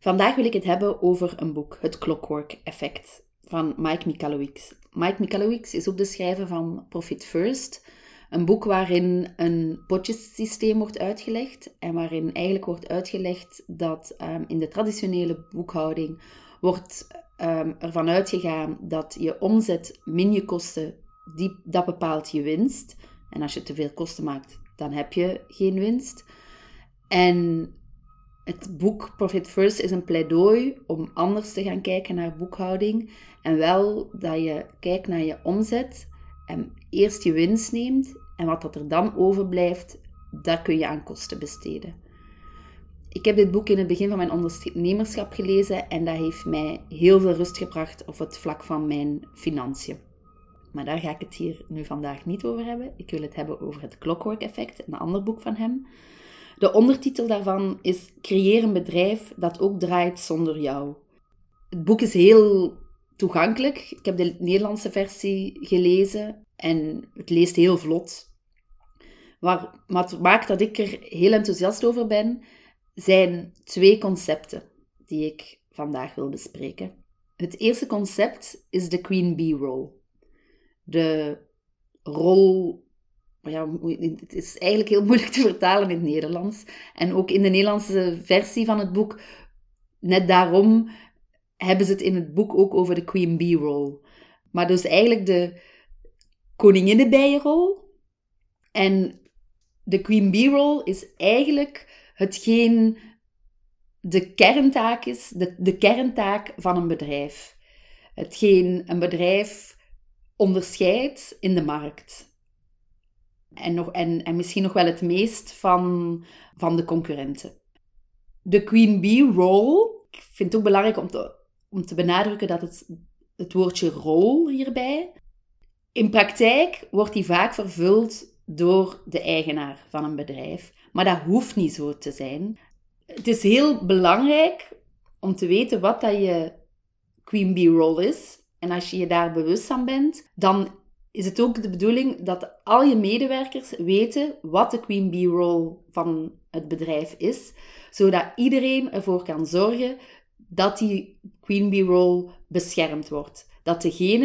Vandaag wil ik het hebben over een boek, Het Clockwork Effect, van Mike Michalowicz. Mike Michalowicz is ook de schrijver van Profit First, een boek waarin een potjesysteem wordt uitgelegd en waarin eigenlijk wordt uitgelegd dat in de traditionele boekhouding wordt ervan uitgegaan dat je omzet min je kosten, dat bepaalt je winst. En als je te veel kosten maakt, dan heb je geen winst. En het boek Profit First is een pleidooi om anders te gaan kijken naar boekhouding. En wel dat je kijkt naar je omzet en eerst je winst neemt. En wat dat er dan overblijft, dat kun je aan kosten besteden. Ik heb dit boek in het begin van mijn ondernemerschap gelezen en dat heeft mij heel veel rust gebracht op het vlak van mijn financiën. Maar daar ga ik het hier nu vandaag niet over hebben. Ik wil het hebben over het Clockwork Effect, een ander boek van hem. De ondertitel daarvan is Creëer een bedrijf dat ook draait zonder jou. Het boek is heel toegankelijk. Ik heb de Nederlandse versie gelezen en het leest heel vlot. Wat maakt dat ik er heel enthousiast over ben, zijn 2 concepten die ik vandaag wil bespreken. Het eerste concept is de Queen Bee Role. De rol... Ja, het is eigenlijk heel moeilijk te vertalen in het Nederlands. En ook in de Nederlandse versie van het boek, net daarom hebben ze het in het boek ook over de Queen Bee Role. Maar dus eigenlijk de koninginnenbijenrol. En de Queen Bee Role is eigenlijk hetgeen de kerntaak is, de kerntaak van een bedrijf. Hetgeen een bedrijf onderscheidt in de markt. En misschien nog wel het meest van de concurrenten. De Queen Bee Role, ik vind het ook belangrijk om te benadrukken dat het woordje rol hierbij, in praktijk wordt die vaak vervuld door de eigenaar van een bedrijf. Maar dat hoeft niet zo te zijn. Het is heel belangrijk om te weten wat dat je Queen Bee Role is. En als je je daar bewust van bent, dan is het ook de bedoeling dat al je medewerkers weten wat de Queen Bee Role van het bedrijf is, zodat iedereen ervoor kan zorgen dat die Queen Bee Role beschermd wordt. Dat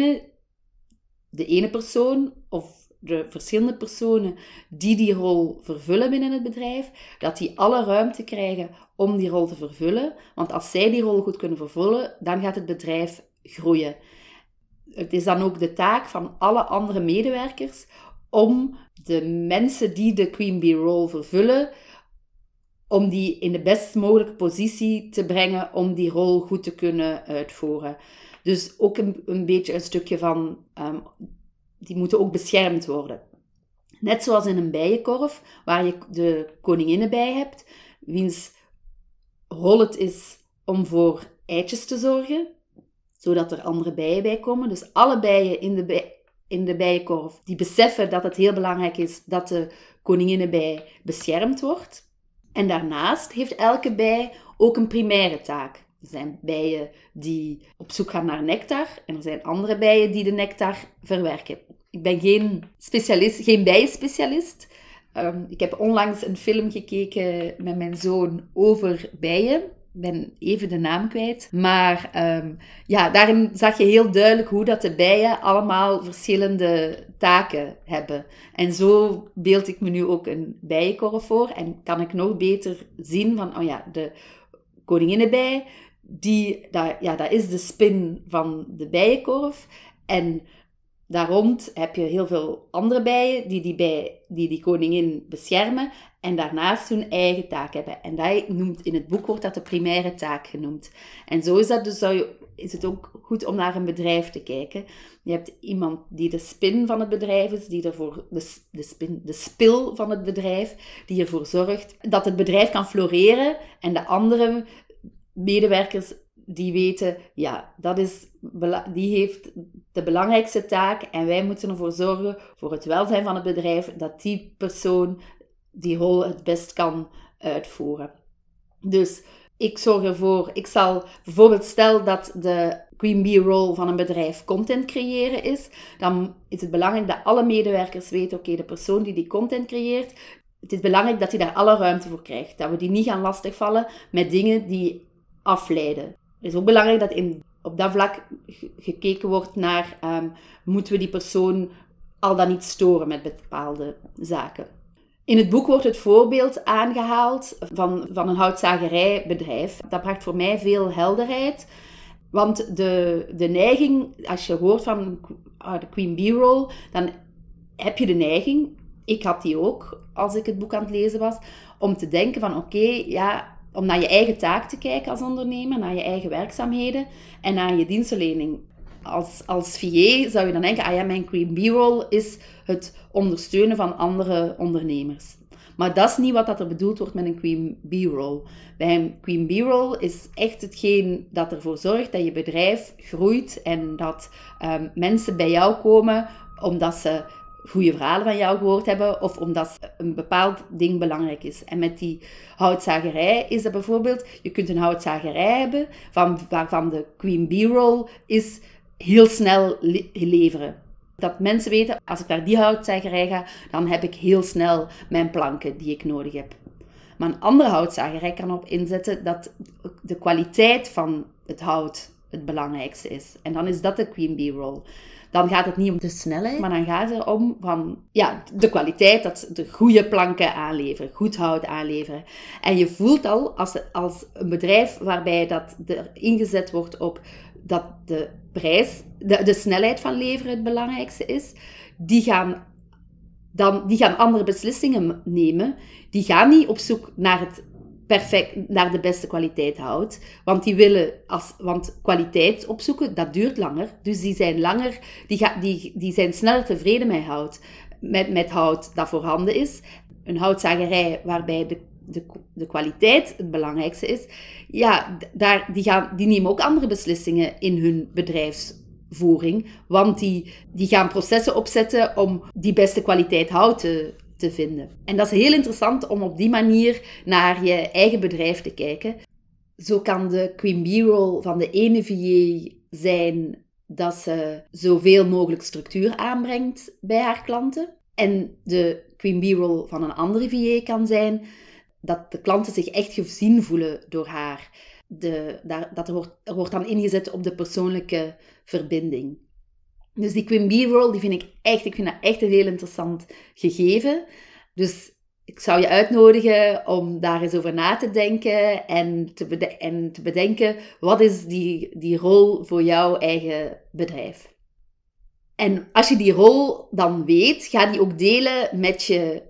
de ene persoon of de verschillende personen die rol vervullen binnen het bedrijf, dat die alle ruimte krijgen om die rol te vervullen. Want als zij die rol goed kunnen vervullen, dan gaat het bedrijf groeien. Het is dan ook de taak van alle andere medewerkers om de mensen die de Queen Bee Role vervullen, om die in de best mogelijke positie te brengen om die rol goed te kunnen uitvoeren. Dus ook een beetje een stukje van, die moeten ook beschermd worden. Net zoals in een bijenkorf, waar je de koninginnenbij hebt, wiens rol het is om voor eitjes te zorgen, zodat er andere bijen bij komen. Dus alle bijen in de bijenkorf, die beseffen dat het heel belangrijk is dat de koninginnenbij beschermd wordt. En daarnaast heeft elke bij ook een primaire taak. Er zijn bijen die op zoek gaan naar nectar en er zijn andere bijen die de nectar verwerken. Ik ben geen bijenspecialist. Ik heb onlangs een film gekeken met mijn zoon over bijen. Ik ben even de naam kwijt. Maar daarin zag je heel duidelijk hoe dat de bijen allemaal verschillende taken hebben. En zo beeld ik me nu ook een bijenkorf voor. En kan ik nog beter zien van, de koninginnenbij, dat is de spin van de bijenkorf. En daar rond heb je heel veel andere bijen die koningin beschermen en daarnaast hun eigen taak hebben. En in het boek wordt dat de primaire taak genoemd. En zo is dat dus, is het ook goed om naar een bedrijf te kijken. Je hebt iemand die de spin van het bedrijf is, die ervoor de spil van het bedrijf, die ervoor zorgt dat het bedrijf kan floreren. En de andere medewerkers die weten, die heeft de belangrijkste taak en wij moeten ervoor zorgen, voor het welzijn van het bedrijf, dat die persoon die rol het best kan uitvoeren. Dus ik zorg ervoor, ik zal bijvoorbeeld, stel dat de Queen Bee Role van een bedrijf content creëren is, dan is het belangrijk dat alle medewerkers weten, oké, de persoon die content creëert, het is belangrijk dat hij daar alle ruimte voor krijgt. Dat we die niet gaan lastigvallen met dingen die afleiden. Het is ook belangrijk dat op dat vlak gekeken wordt naar, moeten we die persoon al dan niet storen met bepaalde zaken. In het boek wordt het voorbeeld aangehaald van een houtzagerijbedrijf. Dat bracht voor mij veel helderheid. Want de neiging, als je hoort van de Queen Bee Role, dan heb je de neiging, ik had die ook als ik het boek aan het lezen was, om te denken van om naar je eigen taak te kijken als ondernemer, naar je eigen werkzaamheden en naar je dienstverlening. Als VA zou je dan denken, mijn Queen Bee Role is het ondersteunen van andere ondernemers. Maar dat is niet wat er bedoeld wordt met een Queen Bee Role. Bij een Queen Bee Role is echt hetgeen dat ervoor zorgt dat je bedrijf groeit en dat mensen bij jou komen omdat ze goede verhalen van jou gehoord hebben of omdat een bepaald ding belangrijk is. En met die houtzagerij is dat bijvoorbeeld, je kunt een houtzagerij hebben waarvan de Queen Bee Role is heel snel leveren. Dat mensen weten, als ik naar die houtzagerij ga, dan heb ik heel snel mijn planken die ik nodig heb. Maar een andere houtzagerij kan erop inzetten dat de kwaliteit van het hout het belangrijkste is. En dan is dat de Queen Bee Role. Dan gaat het niet om de snelheid, maar dan gaat het erom van de kwaliteit, dat de goede planken aanleveren, goed hout aanleveren. En je voelt al, als een bedrijf waarbij dat er ingezet wordt op dat de prijs, de snelheid van leveren het belangrijkste is, die gaan andere beslissingen nemen. Die gaan niet op zoek naar naar de beste kwaliteit hout. Want want kwaliteit opzoeken, dat duurt langer. Dus die zijn sneller tevreden met hout. Met hout dat voorhanden is. Een houtzagerij waarbij de kwaliteit het belangrijkste is. Die nemen ook andere beslissingen in hun bedrijfsvoering. Want die gaan processen opzetten om die beste kwaliteit hout te vinden. En dat is heel interessant om op die manier naar je eigen bedrijf te kijken. Zo kan de Queen Bee Role van de ene VA zijn dat ze zoveel mogelijk structuur aanbrengt bij haar klanten. En de Queen Bee Role van een andere VA kan zijn dat de klanten zich echt gezien voelen door haar. Er wordt dan ingezet op de persoonlijke verbinding. Dus die Queen Bee Role, ik vind dat echt een heel interessant gegeven. Dus ik zou je uitnodigen om daar eens over na te denken en te bedenken, wat is die rol voor jouw eigen bedrijf? En als je die rol dan weet, ga die ook delen met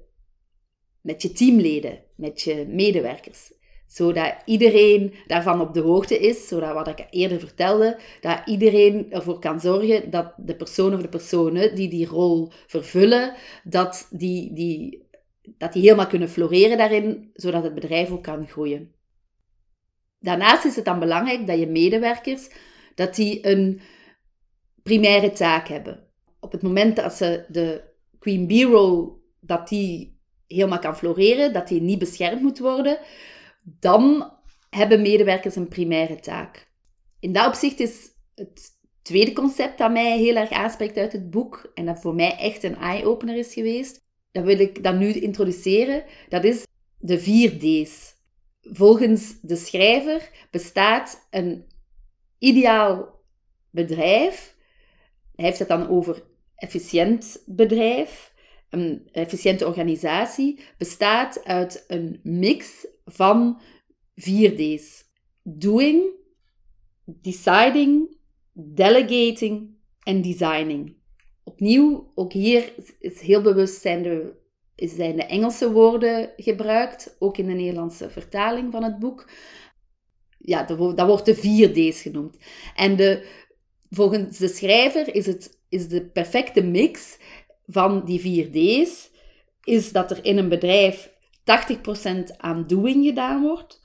je teamleden, met je medewerkers. Zodat iedereen daarvan op de hoogte is, zodat wat ik eerder vertelde, dat iedereen ervoor kan zorgen dat de persoon of de personen die rol vervullen, dat die helemaal kunnen floreren daarin, zodat het bedrijf ook kan groeien. Daarnaast is het dan belangrijk dat je medewerkers, dat die een primaire taak hebben. Op het moment dat ze de Queen Bee Role, dat die helemaal kan floreren, dat die niet beschermd moet worden, dan hebben medewerkers een primaire taak. In dat opzicht is het tweede concept dat mij heel erg aanspreekt uit het boek, en dat voor mij echt een eye-opener is geweest, dat wil ik dan nu introduceren, dat is de 4D's. Volgens de schrijver bestaat een ideaal bedrijf, hij heeft het dan over efficiënt bedrijf, een efficiënte organisatie, bestaat uit een mix van 4D's. Doing, deciding, delegating en designing. Opnieuw, ook hier is heel bewust zijn de Engelse woorden gebruikt, ook in de Nederlandse vertaling van het boek. Ja, dat wordt de 4D's genoemd. En volgens de schrijver is de perfecte mix van die 4D's, is dat er in een bedrijf 80% aan doing gedaan wordt,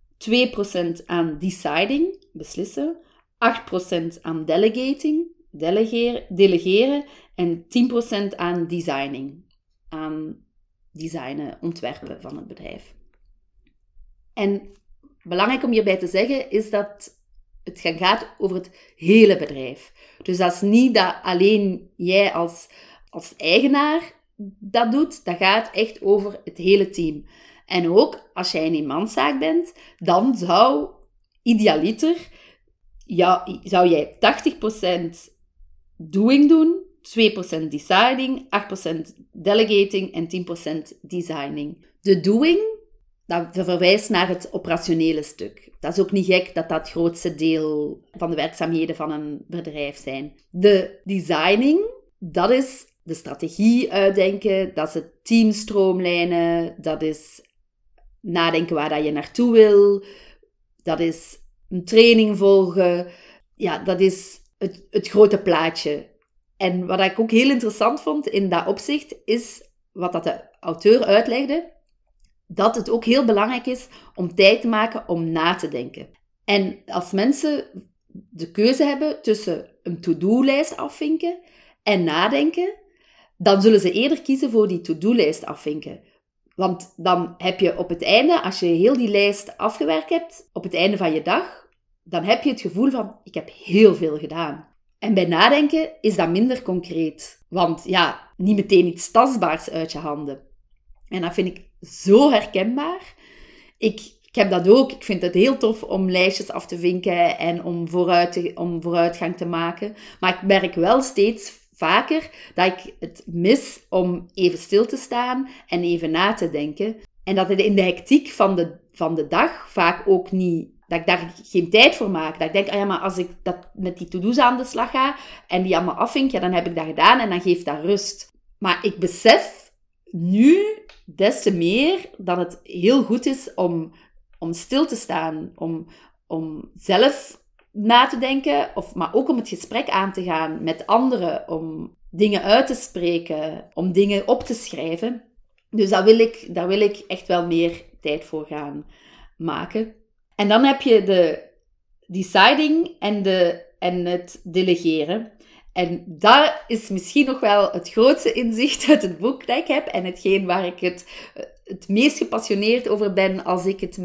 2% aan deciding, beslissen, 8% aan delegating, delegeren en 10% aan designing, aan designen, ontwerpen van het bedrijf. En belangrijk om hierbij te zeggen is dat het gaat over het hele bedrijf. Dus dat is niet dat alleen jij als eigenaar dat doet, dat gaat echt over het hele team. En ook als jij een eenmanszaak bent, dan zou Idealiter zou jij 80% doing doen, 2% deciding, 8% delegating en 10% designing. De doing, dat verwijst naar het operationele stuk. Dat is ook niet gek dat dat het grootste deel van de werkzaamheden van een bedrijf zijn. De designing, dat is de strategie uitdenken, dat is het team stroomlijnen, dat is nadenken waar dat je naartoe wil, dat is een training volgen. Ja, dat is het grote plaatje. En wat ik ook heel interessant vond in dat opzicht, is wat dat de auteur uitlegde, dat het ook heel belangrijk is om tijd te maken om na te denken. En als mensen de keuze hebben tussen een to-do-lijst afvinken en nadenken, dan zullen ze eerder kiezen voor die to-do-lijst afvinken. Want dan heb je op het einde, als je heel die lijst afgewerkt hebt, op het einde van je dag, dan heb je het gevoel van, ik heb heel veel gedaan. En bij nadenken is dat minder concreet. Want ja, niet meteen iets tastbaars uit je handen. En dat vind ik zo herkenbaar. Ik heb dat ook. Ik vind het heel tof om lijstjes af te vinken en om vooruitgang te maken. Maar ik merk wel steeds vaker dat ik het mis om even stil te staan en even na te denken. En dat het in de hectiek van de dag vaak ook niet... Dat ik daar geen tijd voor maak. Dat ik denk, maar als ik met die to-do's aan de slag ga en die allemaal afvink, ja, dan heb ik dat gedaan en dan geeft dat rust. Maar ik besef nu des te meer dat het heel goed is om stil te staan, om zelf na te denken, maar ook om het gesprek aan te gaan met anderen, om dingen uit te spreken, om dingen op te schrijven. Dus daar wil ik echt wel meer tijd voor gaan maken. En dan heb je de deciding en het delegeren. En dat is misschien nog wel het grootste inzicht uit het boek dat ik heb. En hetgeen waar ik het meest gepassioneerd over ben als ik het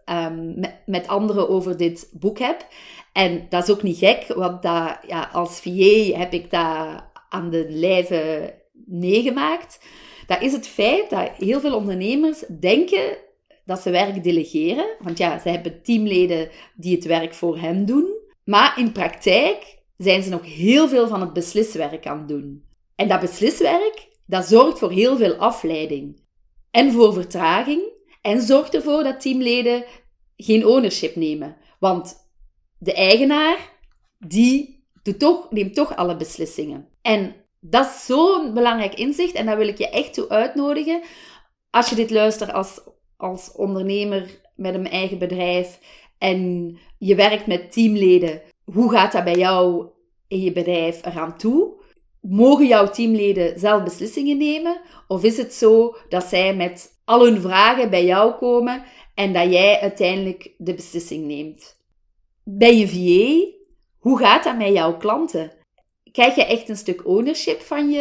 met anderen over dit boek heb. En dat is ook niet gek, want als VA heb ik dat aan de lijve meegemaakt. Dat is het feit dat heel veel ondernemers denken dat ze werk delegeren. Want ja, ze hebben teamleden die het werk voor hen doen. Maar in praktijk zijn ze nog heel veel van het besliswerk aan het doen. En dat besliswerk, dat zorgt voor heel veel afleiding. En voor vertraging. En zorgt ervoor dat teamleden geen ownership nemen. Want de eigenaar, die neemt toch alle beslissingen. En dat is zo'n belangrijk inzicht. En daar wil ik je echt toe uitnodigen. Als je dit luistert als ondernemer met een eigen bedrijf en je werkt met teamleden, hoe gaat dat bij jou in je bedrijf eraan toe? Mogen jouw teamleden zelf beslissingen nemen? Of is het zo dat zij met al hun vragen bij jou komen en dat jij uiteindelijk de beslissing neemt? Ben je VA? Hoe gaat dat met jouw klanten? Krijg je echt een stuk ownership van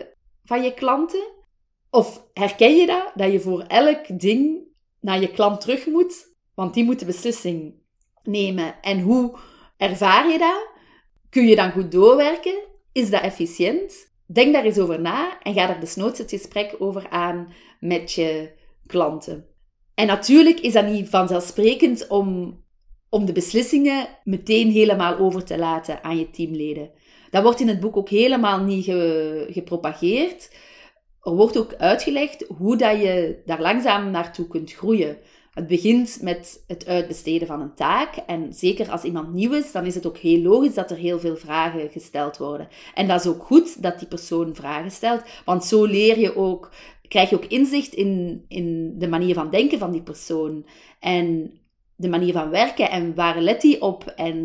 je klanten? Of herken je dat je voor elk ding naar je klant terug moet? Want die moet de beslissing nemen. En hoe ervaar je dat? Kun je dan goed doorwerken? Is dat efficiënt? Denk daar eens over na en ga er desnoods het gesprek over aan met je klanten. En natuurlijk is dat niet vanzelfsprekend om de beslissingen meteen helemaal over te laten aan je teamleden. Dat wordt in het boek ook helemaal niet gepropageerd. Er wordt ook uitgelegd hoe dat je daar langzaam naartoe kunt groeien. Het begint met het uitbesteden van een taak. En zeker als iemand nieuw is, dan is het ook heel logisch dat er heel veel vragen gesteld worden. En dat is ook goed dat die persoon vragen stelt. Want zo krijg je ook inzicht in de manier van denken van die persoon. En de manier van werken en waar let hij op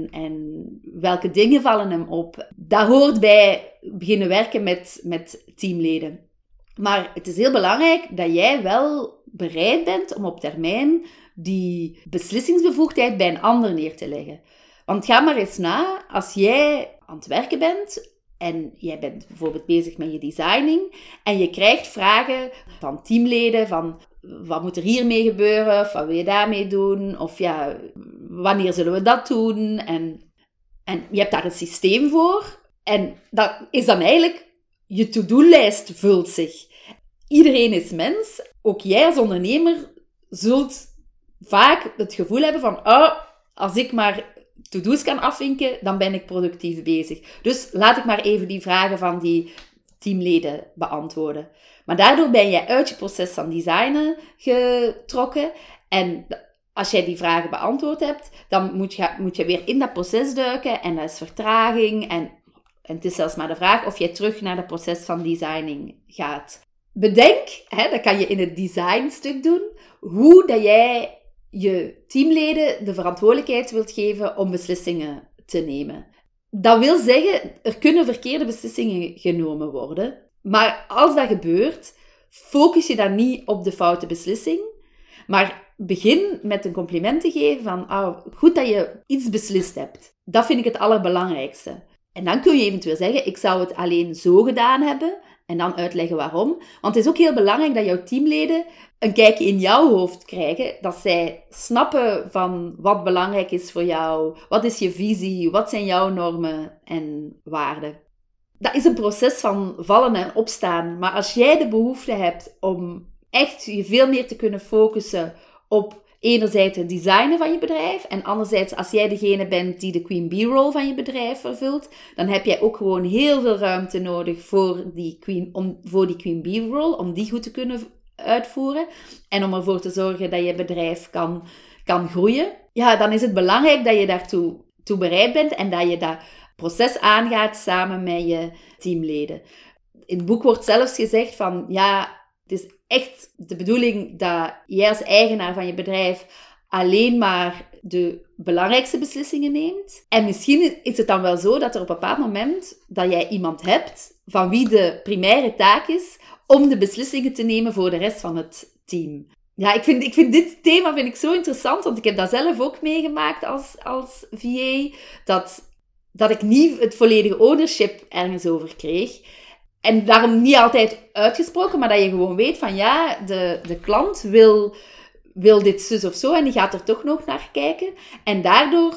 en welke dingen vallen hem op. Dat hoort bij beginnen werken met teamleden. Maar het is heel belangrijk dat jij wel bereid bent om op termijn die beslissingsbevoegdheid bij een ander neer te leggen. Want ga maar eens na, als jij aan het werken bent en jij bent bijvoorbeeld bezig met je designing en je krijgt vragen van teamleden van wat moet er hiermee gebeuren of wat wil je daarmee doen of ja, wanneer zullen we dat doen en je hebt daar een systeem voor en dat is dan eigenlijk je to-do-lijst vult zich. Iedereen is mens. Ook jij als ondernemer zult vaak het gevoel hebben van Als ik maar to-do's kan afvinken, dan ben ik productief bezig. Dus laat ik maar even die vragen van die teamleden beantwoorden. Maar daardoor ben jij uit je proces van designen getrokken. En als jij die vragen beantwoord hebt, dan moet je weer in dat proces duiken. En dat is vertraging. En het is zelfs maar de vraag of jij terug naar het proces van designing gaat. Bedenk, dat kan je in het designstuk doen, hoe dat jij je teamleden de verantwoordelijkheid wilt geven om beslissingen te nemen. Dat wil zeggen, er kunnen verkeerde beslissingen genomen worden. Maar als dat gebeurt, focus je dan niet op de foute beslissing. Maar begin met een compliment te geven van, goed dat je iets beslist hebt. Dat vind ik het allerbelangrijkste. En dan kun je eventueel zeggen, ik zou het alleen zo gedaan hebben. En dan uitleggen waarom. Want het is ook heel belangrijk dat jouw teamleden een kijkje in jouw hoofd krijgen. Dat zij snappen van wat belangrijk is voor jou. Wat is je visie? Wat zijn jouw normen en waarden? Dat is een proces van vallen en opstaan. Maar als jij de behoefte hebt om echt je veel meer te kunnen focussen op enerzijds het designen van je bedrijf en anderzijds als jij degene bent die de Queen Bee-role van je bedrijf vervult, dan heb jij ook gewoon heel veel ruimte nodig voor die Queen Bee-role, om die goed te kunnen uitvoeren en om ervoor te zorgen dat je bedrijf kan groeien. Ja, dan is het belangrijk dat je daartoe bereid bent en dat je dat proces aangaat samen met je teamleden. In het boek wordt zelfs gezegd van, ja, het is echt de bedoeling dat jij als eigenaar van je bedrijf alleen maar de belangrijkste beslissingen neemt. En misschien is het dan wel zo dat er op een bepaald moment dat jij iemand hebt van wie de primaire taak is om de beslissingen te nemen voor de rest van het team. Ja, ik vind dit thema zo interessant, want ik heb dat zelf ook meegemaakt als VA, dat ik niet het volledige ownership ergens over kreeg. En daarom niet altijd uitgesproken, maar dat je gewoon weet van ja, de klant wil dit zus of zo en die gaat er toch nog naar kijken. En daardoor,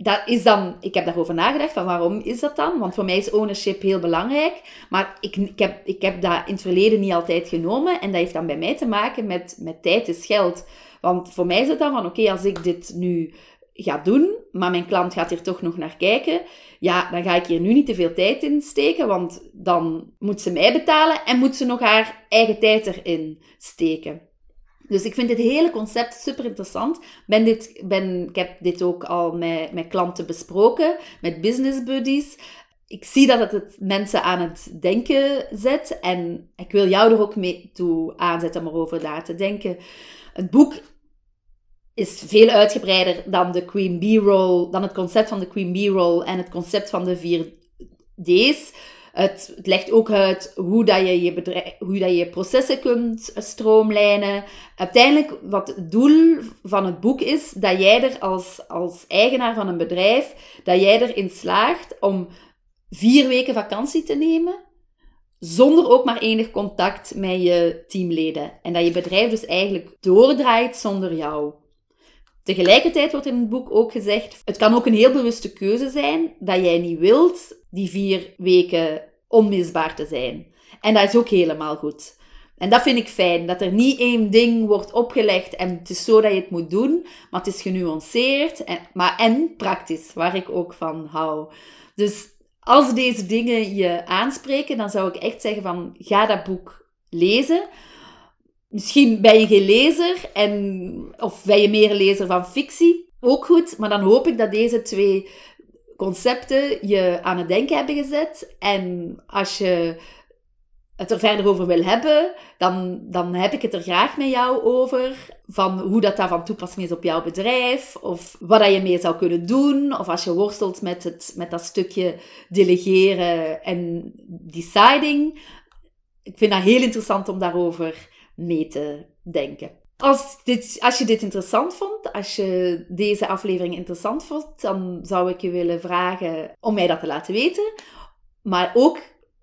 ik heb daarover nagedacht van waarom is dat dan? Want voor mij is ownership heel belangrijk, maar ik heb dat in het verleden niet altijd genomen en dat heeft dan bij mij te maken met tijd is geld. Want voor mij is het dan van oké, als ik dit nu ga doen, maar mijn klant gaat hier toch nog naar kijken, ja, dan ga ik hier nu niet te veel tijd in steken, want dan moet ze mij betalen en moet ze nog haar eigen tijd erin steken. Dus ik vind dit hele concept super interessant. Ik heb dit ook al met klanten besproken, met business buddies. Ik zie dat het mensen aan het denken zet en ik wil jou er ook mee toe aanzetten om erover na te denken. Het boek is veel uitgebreider dan de Queen Bee-role, dan het concept van de Queen Bee-role en het concept van de 4D's. Het legt ook uit hoe dat je je processen kunt stroomlijnen. Uiteindelijk, wat het doel van het boek is, dat jij er als eigenaar van een bedrijf, dat jij erin slaagt om 4 weken vakantie te nemen, zonder ook maar enig contact met je teamleden. En dat je bedrijf dus eigenlijk doordraait zonder jou. Tegelijkertijd wordt in het boek ook gezegd, het kan ook een heel bewuste keuze zijn dat jij niet wilt die 4 weken onmisbaar te zijn. En dat is ook helemaal goed. En dat vind ik fijn, dat er niet één ding wordt opgelegd en het is zo dat je het moet doen, maar het is genuanceerd en praktisch, waar ik ook van hou. Dus als deze dingen je aanspreken, dan zou ik echt zeggen van, ga dat boek lezen. Misschien ben je geen lezer of ben je meer een lezer van fictie. Ook goed, maar dan hoop ik dat deze 2 concepten je aan het denken hebben gezet. En als je het er verder over wil hebben, dan heb ik het er graag met jou over. Van hoe dat van toepassing is op jouw bedrijf. Of wat dat je mee zou kunnen doen. Of als je worstelt met dat stukje delegeren en deciding. Ik vind dat heel interessant om daarover mee te denken. Als je dit interessant vond, als je deze aflevering interessant vond, dan zou ik je willen vragen om mij dat te laten weten. Maar ook,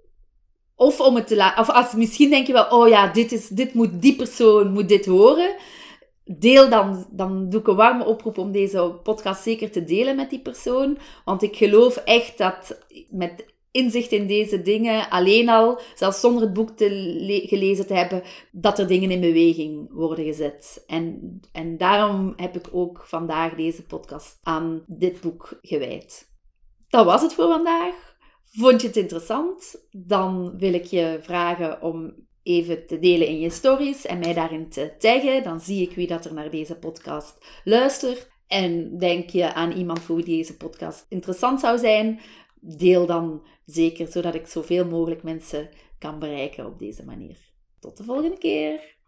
of als misschien denk je wel, oh ja, die persoon moet dit horen. Deel dan doe ik een warme oproep om deze podcast zeker te delen met die persoon. Want ik geloof echt dat met inzicht in deze dingen, alleen al, zelfs zonder het boek gelezen te hebben, dat er dingen in beweging worden gezet. En daarom heb ik ook vandaag deze podcast aan dit boek gewijd. Dat was het voor vandaag. Vond je het interessant? Dan wil ik je vragen om even te delen in je stories en mij daarin te taggen. Dan zie ik wie dat er naar deze podcast luistert. En denk je aan iemand voor wie deze podcast interessant zou zijn? Deel dan zeker, zodat ik zoveel mogelijk mensen kan bereiken op deze manier. Tot de volgende keer!